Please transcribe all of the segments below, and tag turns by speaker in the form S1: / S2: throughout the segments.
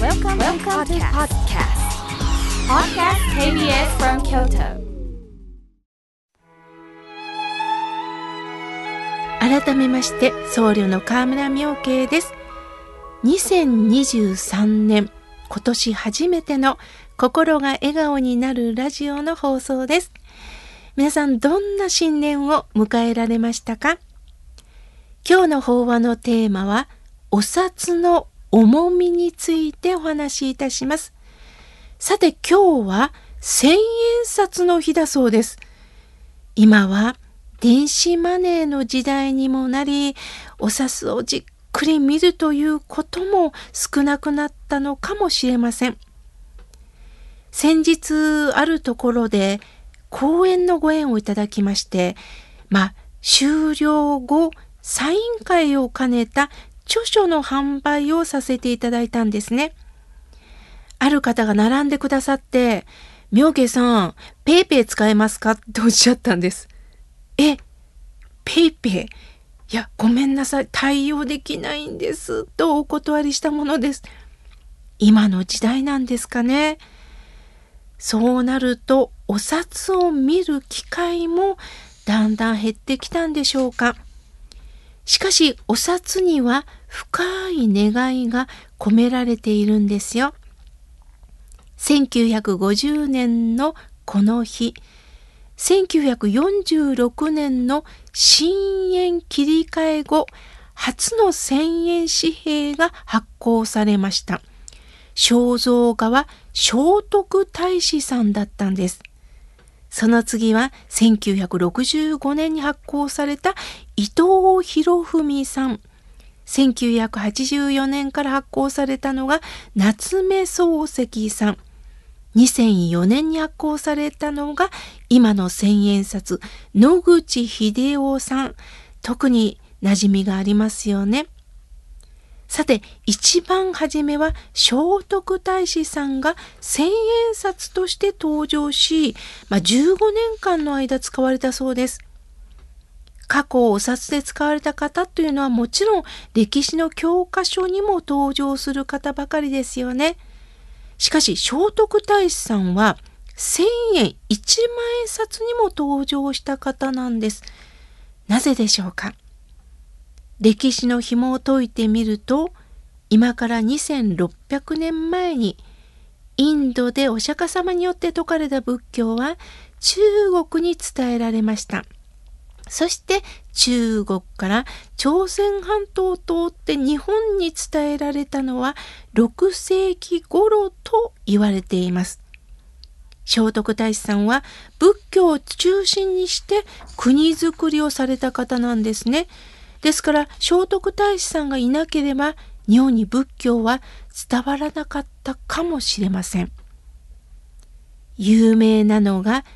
S1: Welcome to podcast. Podcast KBS from Kyoto.
S2: 改めまして僧侶の河村妙慶です。2023年今年初めての心が笑顔になるラジオの放送です。皆さんどんな新年を迎えられましたか？今日の法話のテーマはお札の重みについてお話しいたします。さて今日は千円札の日だそうです。今は電子マネーの時代にもなり、お札をじっくり見るということも少なくなったのかもしれません。先日あるところで講演のご縁をいただきまして、終了後サイン会を兼ねた著書の販売をさせていただいたんですね。ある方が並んでくださって、妙慶さん、ペイペイ使えますかっておっしゃったんです。ペイペイ？いや、ごめんなさい、対応できないんですとお断りしたものです。今の時代なんですかね。そうなると、お札を見る機会もだんだん減ってきたんでしょうか。しかし、お札には深い願いが込められているんですよ。1950年のこの日、1946年の新円切り替え後、初の千円紙幣が発行されました。肖像画は聖徳太子さんだったんです。その次は1965年に発行された伊藤博文さん。1984年から発行されたのが夏目漱石さん。2004年に発行されたのが今の千円札、野口英世さん。特に馴染みがありますよね。さて、一番初めは聖徳太子さんが千円札として登場し、15年間の間使われたそうです。過去お札で使われた方というのはもちろん歴史の教科書にも登場する方ばかりですよね。しかし聖徳太子さんは1000円1万円札にも登場した方なんです。なぜでしょうか。歴史の紐を解いてみると、今から2600年前にインドでお釈迦様によって説かれた仏教は中国に伝えられました。そして中国から朝鮮半島を通って日本に伝えられたのは6世紀頃と言われています。聖徳太子さんは仏教を中心にして国づくりをされた方なんですね。ですから聖徳太子さんがいなければ日本に仏教は伝わらなかったかもしれません。有名なのが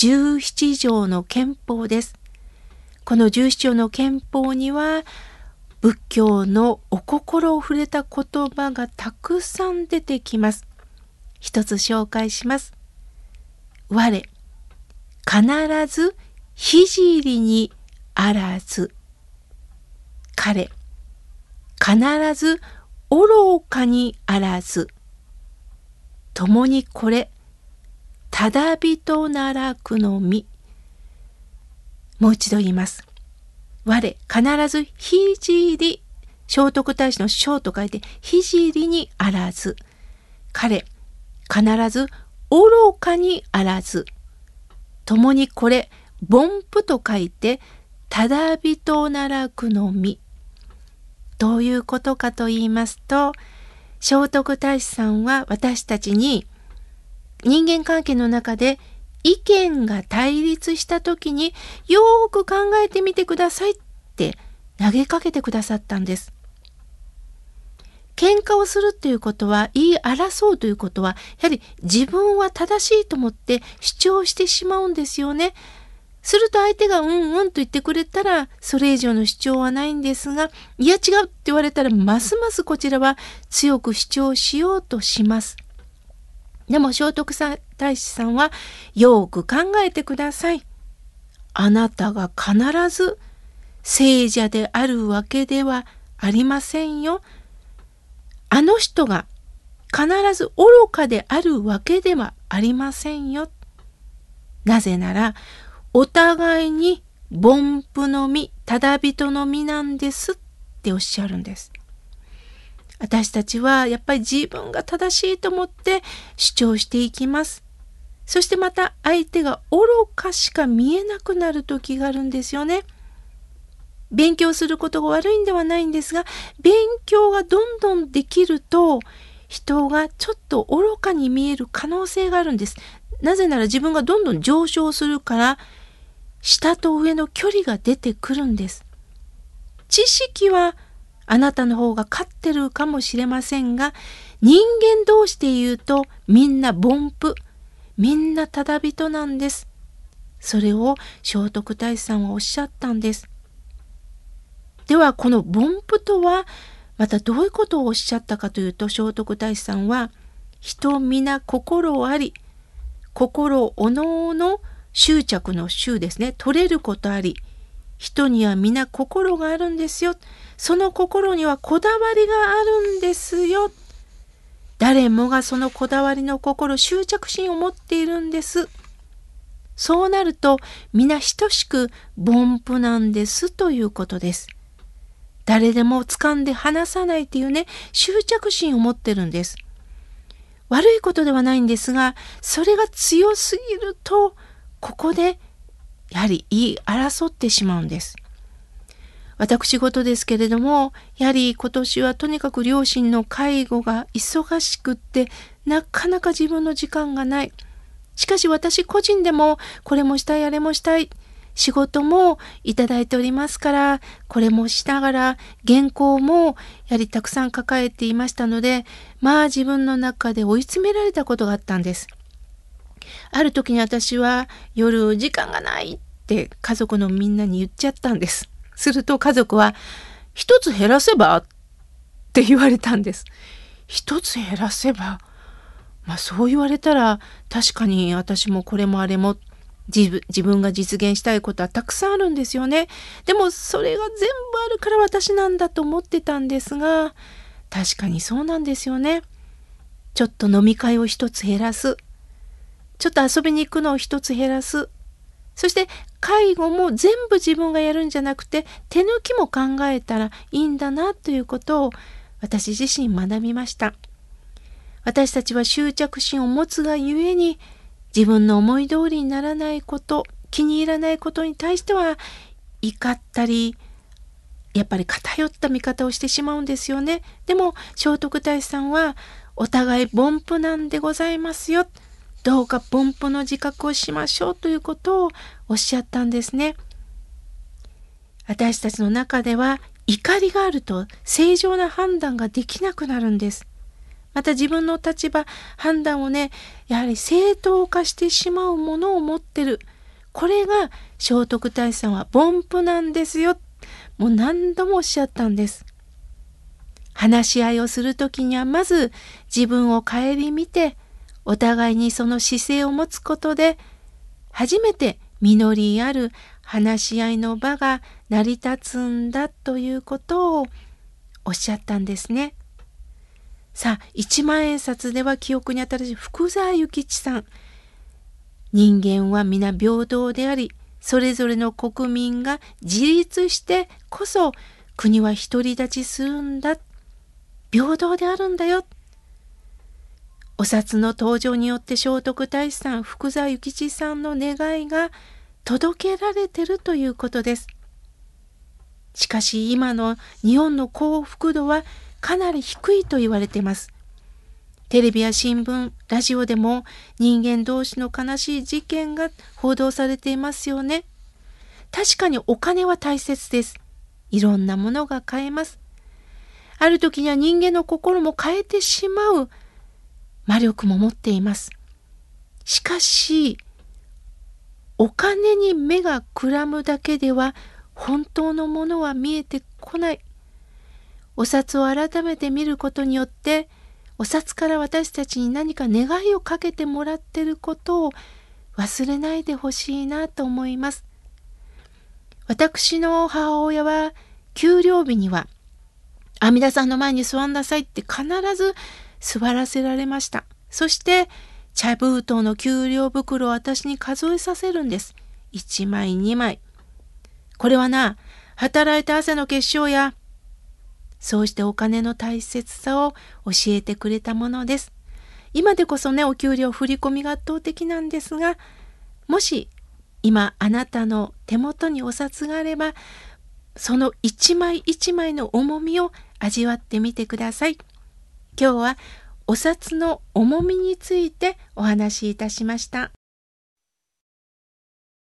S2: 17条の憲法です。この17条の憲法には仏教のお心を触れた言葉がたくさん出てきます。一つ紹介します。我、必ず聖にあらず。彼、必ず愚かにあらず。共にこれ、ただびとならくのみ。もう一度言います。我、必ず聖、聖徳太子の聖と書いて聖にあらず。彼、必ず愚かにあらず。共にこれ、凡夫と書いてただびとならくのみ。どういうことかと言いますと、聖徳太子さんは私たちに人間関係の中で意見が対立した時によーく考えてみてくださいって投げかけてくださったんです。喧嘩をするということは、言い争うということは、やはり自分は正しいと思って主張してしまうんですよね。すると相手がと言ってくれたらそれ以上の主張はないんですが、いや違うって言われたらますますこちらは強く主張しようとします。でも聖徳太子さんはよく考えてください。あなたが必ず聖者であるわけではありませんよ。あの人が必ず愚かであるわけではありませんよ。なぜなら、お互いに凡夫の身、ただ人の身なんですっておっしゃるんです。私たちはやっぱり自分が正しいと思って主張していきます。そしてまた相手が愚かしか見えなくなる時があるんですよね。勉強することが悪いんではないんですが、勉強がどんどんできると人がちょっと愚かに見える可能性があるんです。なぜなら自分がどんどん上昇するから下と上の距離が出てくるんです。知識はあなたの方が勝ってるかもしれませんが、人間同士で言うとみんな凡夫、みんなただ人なんです。それを聖徳太子さんはおっしゃったんです。ではこの凡夫とはまたどういうことをおっしゃったかというと、聖徳太子さんは人皆心あり、心おのおの執着の執ですね、取れることあり、人には皆心があるんですよ。その心にはこだわりがあるんですよ。誰もがそのこだわりの心、執着心を持っているんです。そうなると皆等しく凡夫なんですということです。誰でも掴んで離さないというね、執着心を持ってるんです。悪いことではないんですが、それが強すぎるとここでやはり言い争ってしまうんです。私事ですけれども、やはり今年はとにかく両親の介護が忙しくってなかなか自分の時間がない。しかし私個人でもこれもしたいあれもしたい、仕事もいただいておりますから、これもしながら原稿もやはりたくさん抱えていましたので、自分の中で追い詰められたことがあったんです。ある時に私は夜時間がないって家族のみんなに言っちゃったんです。すると家族は一つ減らせばって言われたんです。一つ減らせば、そう言われたら確かに私もこれもあれも自分が実現したいことはたくさんあるんですよね。でもそれが全部あるから私なんだと思ってたんですが、確かにそうなんですよね。ちょっと飲み会を一つ減らす。ちょっと遊びに行くのを一つ減らす。そして介護も全部自分がやるんじゃなくて手抜きも考えたらいいんだなということを私自身学びました。私たちは執着心を持つがゆえに自分の思い通りにならないこと、気に入らないことに対しては怒ったり、やっぱり偏った見方をしてしまうんですよね。でも聖徳太子さんはお互い凡夫なんでございますよ。どうか凡夫の自覚をしましょうということをおっしゃったんですね。私たちの中では怒りがあると正常な判断ができなくなるんです。また自分の立場、判断をね、やはり正当化してしまうものを持ってる。これが聖徳太子さんは凡夫なんですよ。もう何度もおっしゃったんです。話し合いをするときにはまず自分を顧みて、お互いにその姿勢を持つことで初めて実りある話し合いの場が成り立つんだということをおっしゃったんですね。さあ、一万円札では記憶に新しい福沢諭吉さん。人間は皆平等であり、それぞれの国民が自立してこそ国は独り立ちするんだ。平等であるんだよ。お札の登場によって聖徳太子さん、福沢諭吉さんの願いが届けられているということです。しかし今の日本の幸福度はかなり低いと言われています。テレビや新聞、ラジオでも人間同士の悲しい事件が報道されていますよね。確かにお金は大切です。いろんなものが買えます。ある時には人間の心も変えてしまう魔力も持っています。しかし、お金に目がくらむだけでは本当のものは見えてこない。お札を改めて見ることによって、お札から私たちに何か願いをかけてもらっていることを忘れないでほしいなと思います。私の母親は給料日には阿弥陀さんの前に座んなさいって必ず座らせられました。そして茶封筒の給料袋を私に数えさせるんです。1枚2枚。これはな、働いた汗の結晶や。そうしてお金の大切さを教えてくれたものです。今でこそね、お給料振り込みが圧倒的なんですが、もし今あなたの手元にお札があれば、その一枚一枚の重みを味わってみてください。今日はお札の重みについてお話しいたしました。